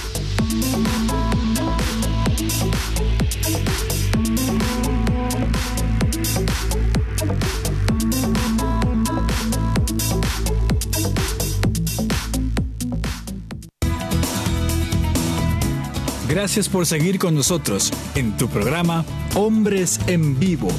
Gracias por seguir con nosotros en tu programa Hombres en Vivo.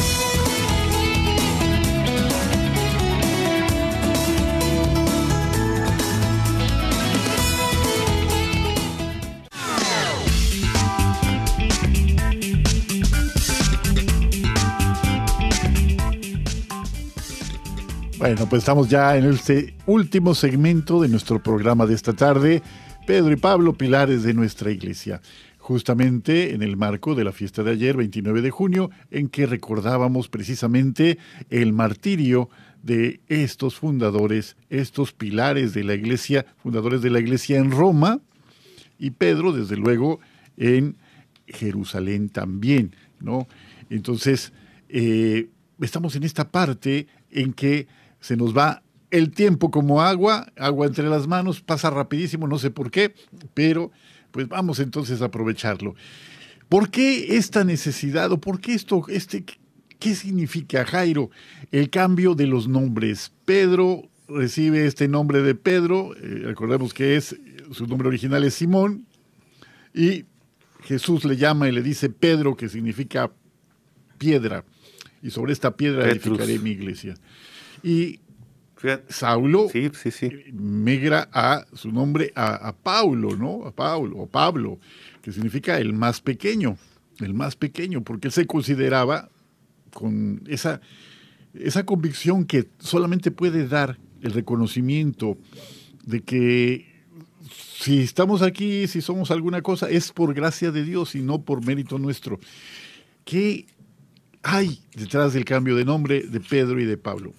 Bueno, pues estamos ya en este último segmento de nuestro programa de esta tarde. Pedro y Pablo, pilares de nuestra iglesia. Justamente en el marco de la fiesta de ayer, veintinueve de junio, en que recordábamos precisamente el martirio de estos fundadores, estos pilares de la iglesia, fundadores de la iglesia en Roma, y Pedro, desde luego, en Jerusalén también, ¿no? Entonces, eh, estamos en esta parte en que se nos va el tiempo como agua, agua entre las manos, pasa rapidísimo, no sé por qué, pero pues vamos entonces a aprovecharlo. ¿Por qué esta necesidad o por qué esto, este, qué significa, Jairo, el cambio de los nombres? Pedro recibe este nombre de Pedro, eh, recordemos que es, su nombre original es Simón, y Jesús le llama y le dice Pedro, que significa piedra, y sobre esta piedra Petrus. edificaré mi iglesia. Y Saulo sí, sí, sí. migra a su nombre a, a Paulo, ¿no? A Paulo, o Pablo, que significa el más pequeño, el más pequeño, porque él se consideraba con esa, esa convicción que solamente puede dar el reconocimiento de que si estamos aquí, si somos alguna cosa, es por gracia de Dios y no por mérito nuestro. ¿Qué hay detrás del cambio de nombre de Pedro y de Pablo?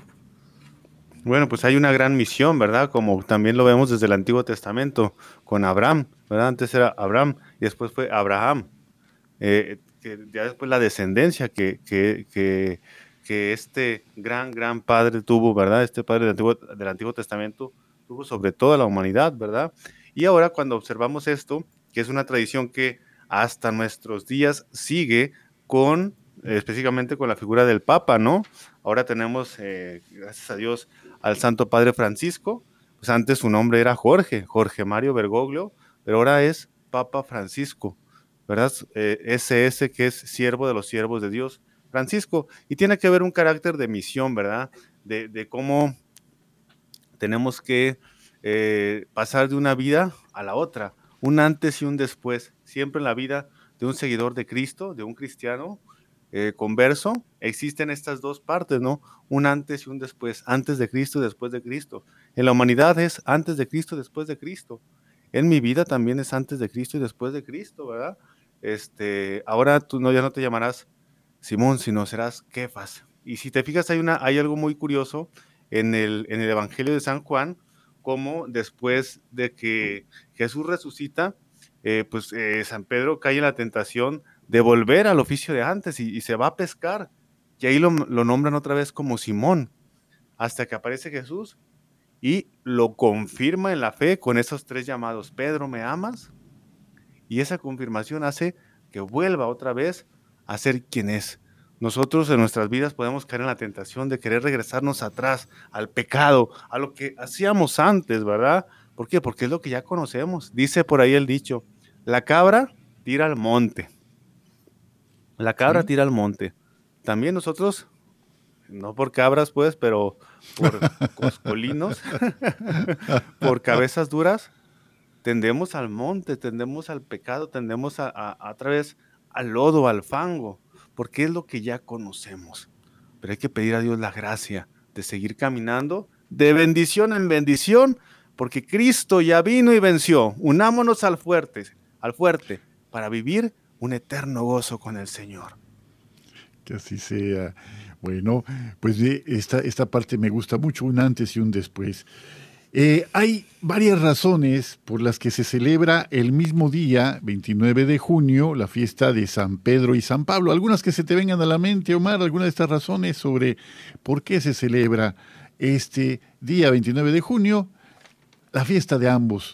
Bueno, pues hay una gran misión, ¿verdad? Como también lo vemos desde el Antiguo Testamento con Abraham, ¿verdad? Antes era Abraham y después fue Abraham. Eh, que ya después la descendencia que, que, que, que este gran, gran padre tuvo, ¿verdad? Este padre del Antiguo, del Antiguo Testamento tuvo sobre toda la humanidad, ¿verdad? Y ahora cuando observamos esto, que es una tradición que hasta nuestros días sigue con, eh, específicamente con la figura del Papa, ¿no? Ahora tenemos, eh, gracias a Dios, al Santo Padre Francisco. Pues antes su nombre era Jorge, Jorge Mario Bergoglio, pero ahora es Papa Francisco, ¿verdad? Eh, ese ese que es siervo de los siervos de Dios, Francisco, y tiene que ver un carácter de misión, ¿verdad? De, de cómo tenemos que eh, pasar de una vida a la otra, un antes y un después, siempre en la vida de un seguidor de Cristo, de un cristiano eh, converso, existen estas dos partes, ¿no? Un antes y un después, antes de Cristo y después de Cristo. En la humanidad es antes de Cristo y después de Cristo. En mi vida también es antes de Cristo y después de Cristo, ¿verdad? Este, ahora tú no, ya no te llamarás Simón, sino serás Kefas. Y si te fijas, hay, una, hay algo muy curioso en el, en el Evangelio de San Juan, como después de que Jesús resucita, eh, pues eh, San Pedro cae en la tentación de volver al oficio de antes y, y se va a pescar. Y ahí lo, lo nombran otra vez como Simón, hasta que aparece Jesús y lo confirma en la fe con esos tres llamados. Pedro, ¿me amas? Y esa confirmación hace que vuelva otra vez a ser quien es. Nosotros en nuestras vidas podemos caer en la tentación de querer regresarnos atrás, al pecado, a lo que hacíamos antes, ¿verdad? ¿Por qué? Porque es lo que ya conocemos. Dice por ahí el dicho, la cabra tira al monte. La cabra ¿Sí? tira al monte. También nosotros, no por cabras pues, pero por coscolinos, por cabezas duras, tendemos al monte, tendemos al pecado, tendemos a, a, a través al lodo, al fango, porque es lo que ya conocemos. Pero hay que pedir a Dios la gracia de seguir caminando de bendición en bendición, porque Cristo ya vino y venció. Unámonos al fuerte, al fuerte, para vivir un eterno gozo con el Señor. Que así sea. Bueno, pues esta, esta parte me gusta mucho, un antes y un después. Eh, hay varias razones por las que se celebra el mismo día, veintinueve de junio, la fiesta de San Pedro y San Pablo. Algunas que se te vengan a la mente, Omar, algunas de estas razones sobre por qué se celebra este día, veintinueve de junio, la fiesta de ambos.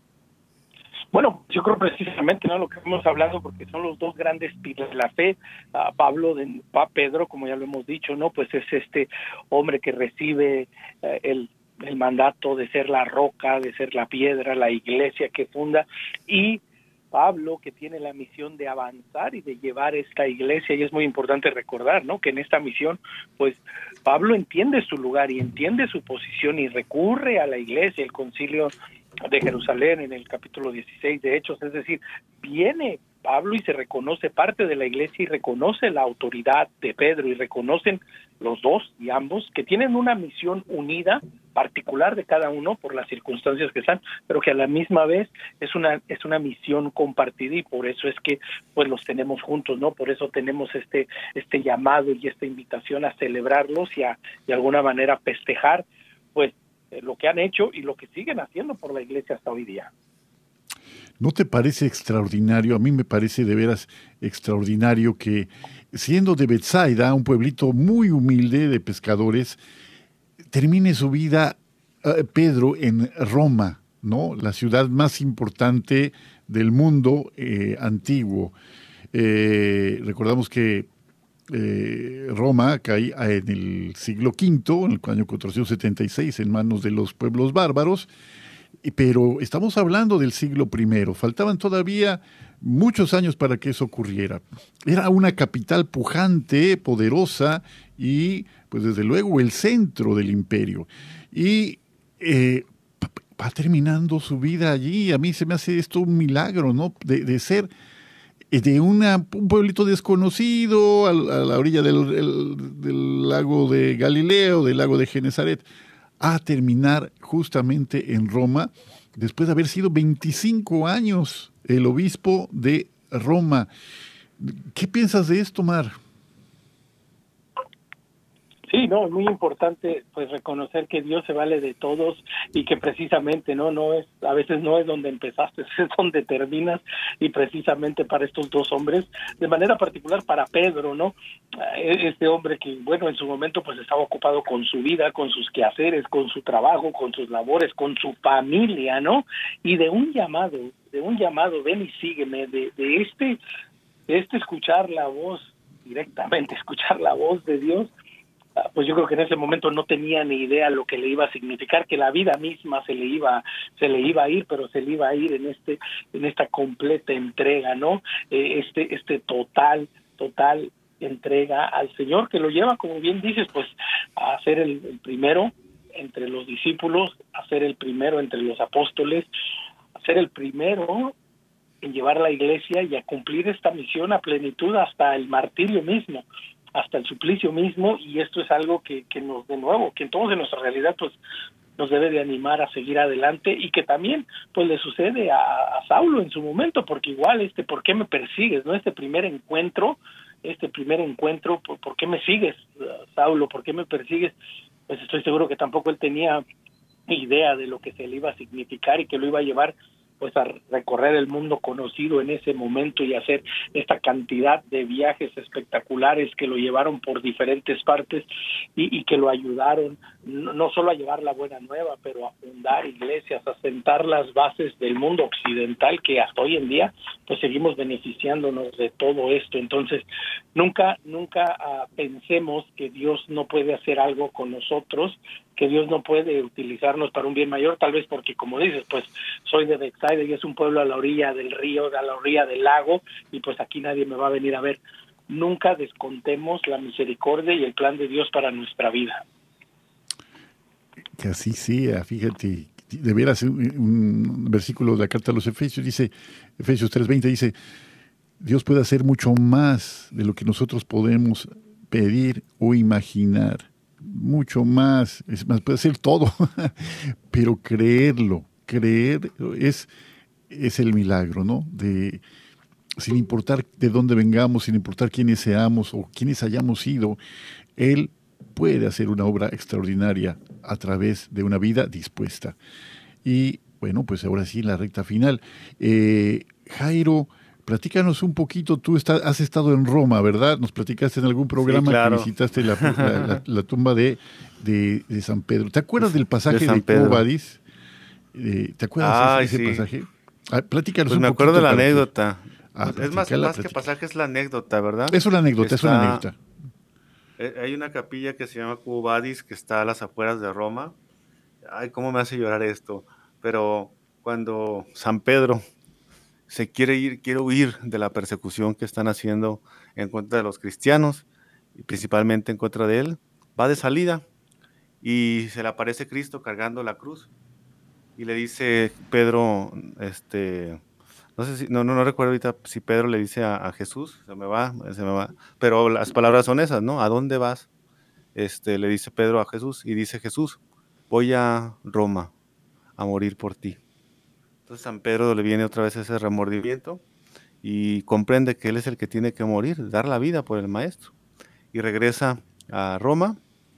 Bueno, yo creo precisamente, ¿no?, lo que hemos hablado, porque son los dos grandes pilares de la fe. Uh, Pablo, de, Pedro, como ya lo hemos dicho, ¿no?, pues es este hombre que recibe uh, el el mandato de ser la roca, de ser la piedra, la iglesia que funda, y Pablo, que tiene la misión de avanzar y de llevar esta iglesia, y es muy importante recordar, ¿no?, que en esta misión, pues, Pablo entiende su lugar y entiende su posición y recurre a la iglesia, el concilio de Jerusalén en el capítulo dieciséis de Hechos, es decir, viene Pablo y se reconoce parte de la iglesia y reconoce la autoridad de Pedro y reconocen los dos y ambos que tienen una misión unida, particular de cada uno por las circunstancias que están, pero que a la misma vez es una es una misión compartida y por eso es que pues los tenemos juntos, ¿no? Por eso tenemos este este llamado y esta invitación a celebrarlos y a de alguna manera festejar pues eh, lo que han hecho y lo que siguen haciendo por la iglesia hasta hoy día. ¿No te parece extraordinario? A mí me parece de veras extraordinario que, siendo de Betsaida, un pueblito muy humilde de pescadores, termine su vida uh, Pedro en Roma, ¿no?, la ciudad más importante del mundo eh, antiguo. Eh, recordamos que eh, Roma cae en el siglo quinto, en el año cuatrocientos setenta y seis, en manos de los pueblos bárbaros. Pero estamos hablando del siglo primero, faltaban todavía muchos años para que eso ocurriera. Era una capital pujante, poderosa y, pues desde luego, el centro del imperio. Y eh, va terminando su vida allí. A mí se me hace esto un milagro, ¿no?, de, de ser de una, un pueblito desconocido a, a la orilla del, el, del lago de Galileo, del lago de Genesaret, a terminar justamente en Roma, después de haber sido veinticinco años el obispo de Roma. ¿Qué piensas de esto, Mar? Sí, no, es muy importante pues reconocer que Dios se vale de todos y que precisamente no no es a veces no es donde empezaste, es donde terminas, y precisamente para estos dos hombres, de manera particular para Pedro, ¿no? Este hombre que, bueno, en su momento pues estaba ocupado con su vida, con sus quehaceres, con su trabajo, con sus labores, con su familia, ¿no? Y de un llamado, de un llamado, ven y sígueme, de, de este, de este escuchar la voz, directamente escuchar la voz de Dios, pues yo creo que en ese momento no tenía ni idea lo que le iba a significar, que la vida misma se le iba se le iba a ir, pero se le iba a ir en este en esta completa entrega, ¿no? Eh, este este total total entrega al Señor, que lo lleva, como bien dices, pues a ser el, el primero entre los discípulos, a ser el primero entre los apóstoles, a ser el primero en llevar la iglesia y a cumplir esta misión a plenitud hasta el martirio mismo, hasta el suplicio mismo, y esto es algo que, que nos, de nuevo, que entonces en nuestra realidad pues nos debe de animar a seguir adelante, y que también pues le sucede a, a Saulo en su momento, porque igual este ¿por qué me persigues? ¿No? Este primer encuentro, este primer encuentro, ¿por, por qué me sigues, Saulo? ¿Por qué me persigues? Pues estoy seguro que tampoco él tenía idea de lo que se le iba a significar y que lo iba a llevar pues a recorrer el mundo conocido en ese momento y hacer esta cantidad de viajes espectaculares que lo llevaron por diferentes partes y, y que lo ayudaron no, no solo a llevar la buena nueva, pero a fundar iglesias, a sentar las bases del mundo occidental, que hasta hoy en día pues seguimos beneficiándonos de todo esto. Entonces nunca, nunca uh, pensemos que Dios no puede hacer algo con nosotros, que Dios no puede utilizarnos para un bien mayor, tal vez porque, como dices, pues soy de Bethsaida y es un pueblo a la orilla del río, a la orilla del lago, y pues aquí nadie me va a venir a ver. Nunca descontemos la misericordia y el plan de Dios para nuestra vida. Que así sea, fíjate, de veras un, un versículo de la carta a los Efesios dice, Efesios tres veinte dice, Dios puede hacer mucho más de lo que nosotros podemos pedir o imaginar. Mucho más, es más, puede ser todo, pero creerlo, creer es, es el milagro, ¿no? De, sin importar de dónde vengamos, sin importar quiénes seamos o quiénes hayamos sido, Él puede hacer una obra extraordinaria a través de una vida dispuesta. Y bueno, pues ahora sí, la recta final. Eh, Jairo, platícanos un poquito, tú está, has estado en Roma, ¿verdad? Nos platicaste en algún programa sí, claro. que visitaste la, la, la, la tumba de, de, de San Pedro. ¿Te acuerdas del pasaje de, de Quo Vadis? Eh, ¿Te acuerdas ah, de ese, sí. ese pasaje? Ah, platícanos pues un me acuerdo de la anécdota. Que... Ah, es más, más que pasaje, es la anécdota, ¿verdad? Es una anécdota, está... es una anécdota. Hay una capilla que se llama Quo Vadis, que está a las afueras de Roma. Ay, cómo me hace llorar esto. Pero cuando San Pedro se quiere ir, quiere huir de la persecución que están haciendo en contra de los cristianos, y principalmente en contra de él, va de salida y se le aparece Cristo cargando la cruz y le dice Pedro, este, no sé si, no, no, no recuerdo ahorita si Pedro le dice a, a Jesús, se me va, se me va, pero las palabras son esas, ¿no? ¿A dónde vas? Este, le dice Pedro a Jesús y dice Jesús, voy a Roma a morir por ti. Entonces San Pedro le viene otra vez ese remordimiento y comprende que él es el que tiene que morir, dar la vida por el maestro. Y regresa a Roma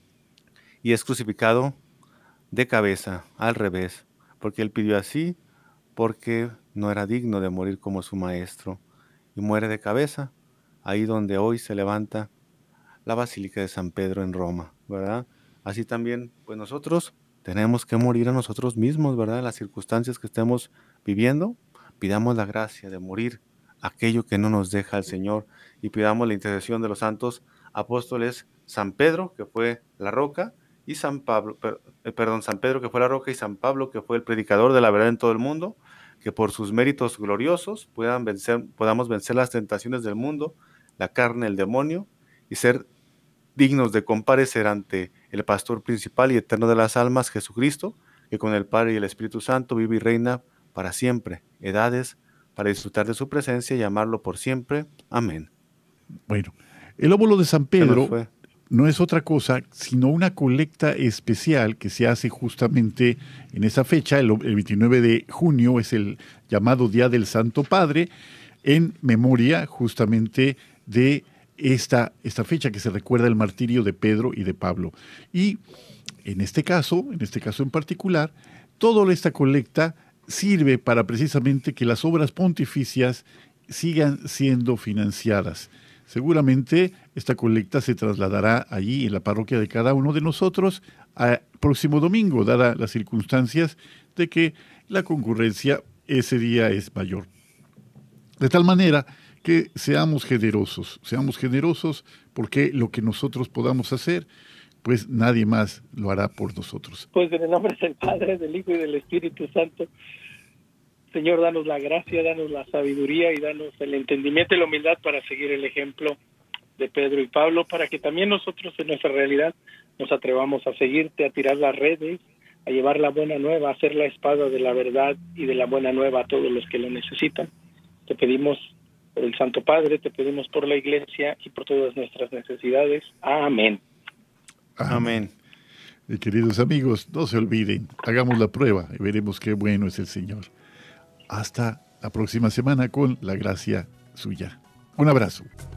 y es crucificado de cabeza, al revés, porque él pidió así, porque no era digno de morir como su maestro. Y muere de cabeza, ahí donde hoy se levanta la Basílica de San Pedro en Roma, ¿verdad? Así también, pues nosotros tenemos que morir a nosotros mismos, ¿verdad? En las circunstancias que estemos viviendo, pidamos la gracia de morir aquello que no nos deja el Señor y pidamos la intercesión de los santos apóstoles San Pedro, que fue la roca, y San Pablo, per, eh, perdón, San Pedro, que fue la roca, y San Pablo, que fue el predicador de la verdad en todo el mundo, que por sus méritos gloriosos puedan vencer, podamos vencer las tentaciones del mundo, la carne, el demonio, y ser dignos de comparecer ante el pastor principal y eterno de las almas, Jesucristo, que con el Padre y el Espíritu Santo vive y reina para siempre, edades, para disfrutar de su presencia y amarlo por siempre. Amén. Bueno, el óvulo de San Pedro no es otra cosa sino una colecta especial que se hace justamente en esa fecha, el, el veintinueve de junio, es el llamado Día del Santo Padre, en memoria justamente de Esta, esta fecha que se recuerda el martirio de Pedro y de Pablo. Y en este caso, en este caso en particular, toda esta colecta sirve para precisamente que las obras pontificias sigan siendo financiadas. Seguramente esta colecta se trasladará allí en la parroquia de cada uno de nosotros al próximo domingo, dadas las circunstancias de que la concurrencia ese día es mayor. De tal manera que seamos generosos, seamos generosos porque lo que nosotros podamos hacer, pues nadie más lo hará por nosotros. Pues en el nombre del Padre, del Hijo y del Espíritu Santo, Señor, danos la gracia, danos la sabiduría y danos el entendimiento y la humildad para seguir el ejemplo de Pedro y Pablo, para que también nosotros en nuestra realidad nos atrevamos a seguirte, a tirar las redes, a llevar la buena nueva, a hacer la espada de la verdad y de la buena nueva a todos los que lo necesitan. Te pedimos por el Santo Padre, te pedimos por la Iglesia y por todas nuestras necesidades. Amén. Amén. Y queridos amigos, no se olviden, hagamos la prueba y veremos qué bueno es el Señor. Hasta la próxima semana con la gracia suya. Un abrazo.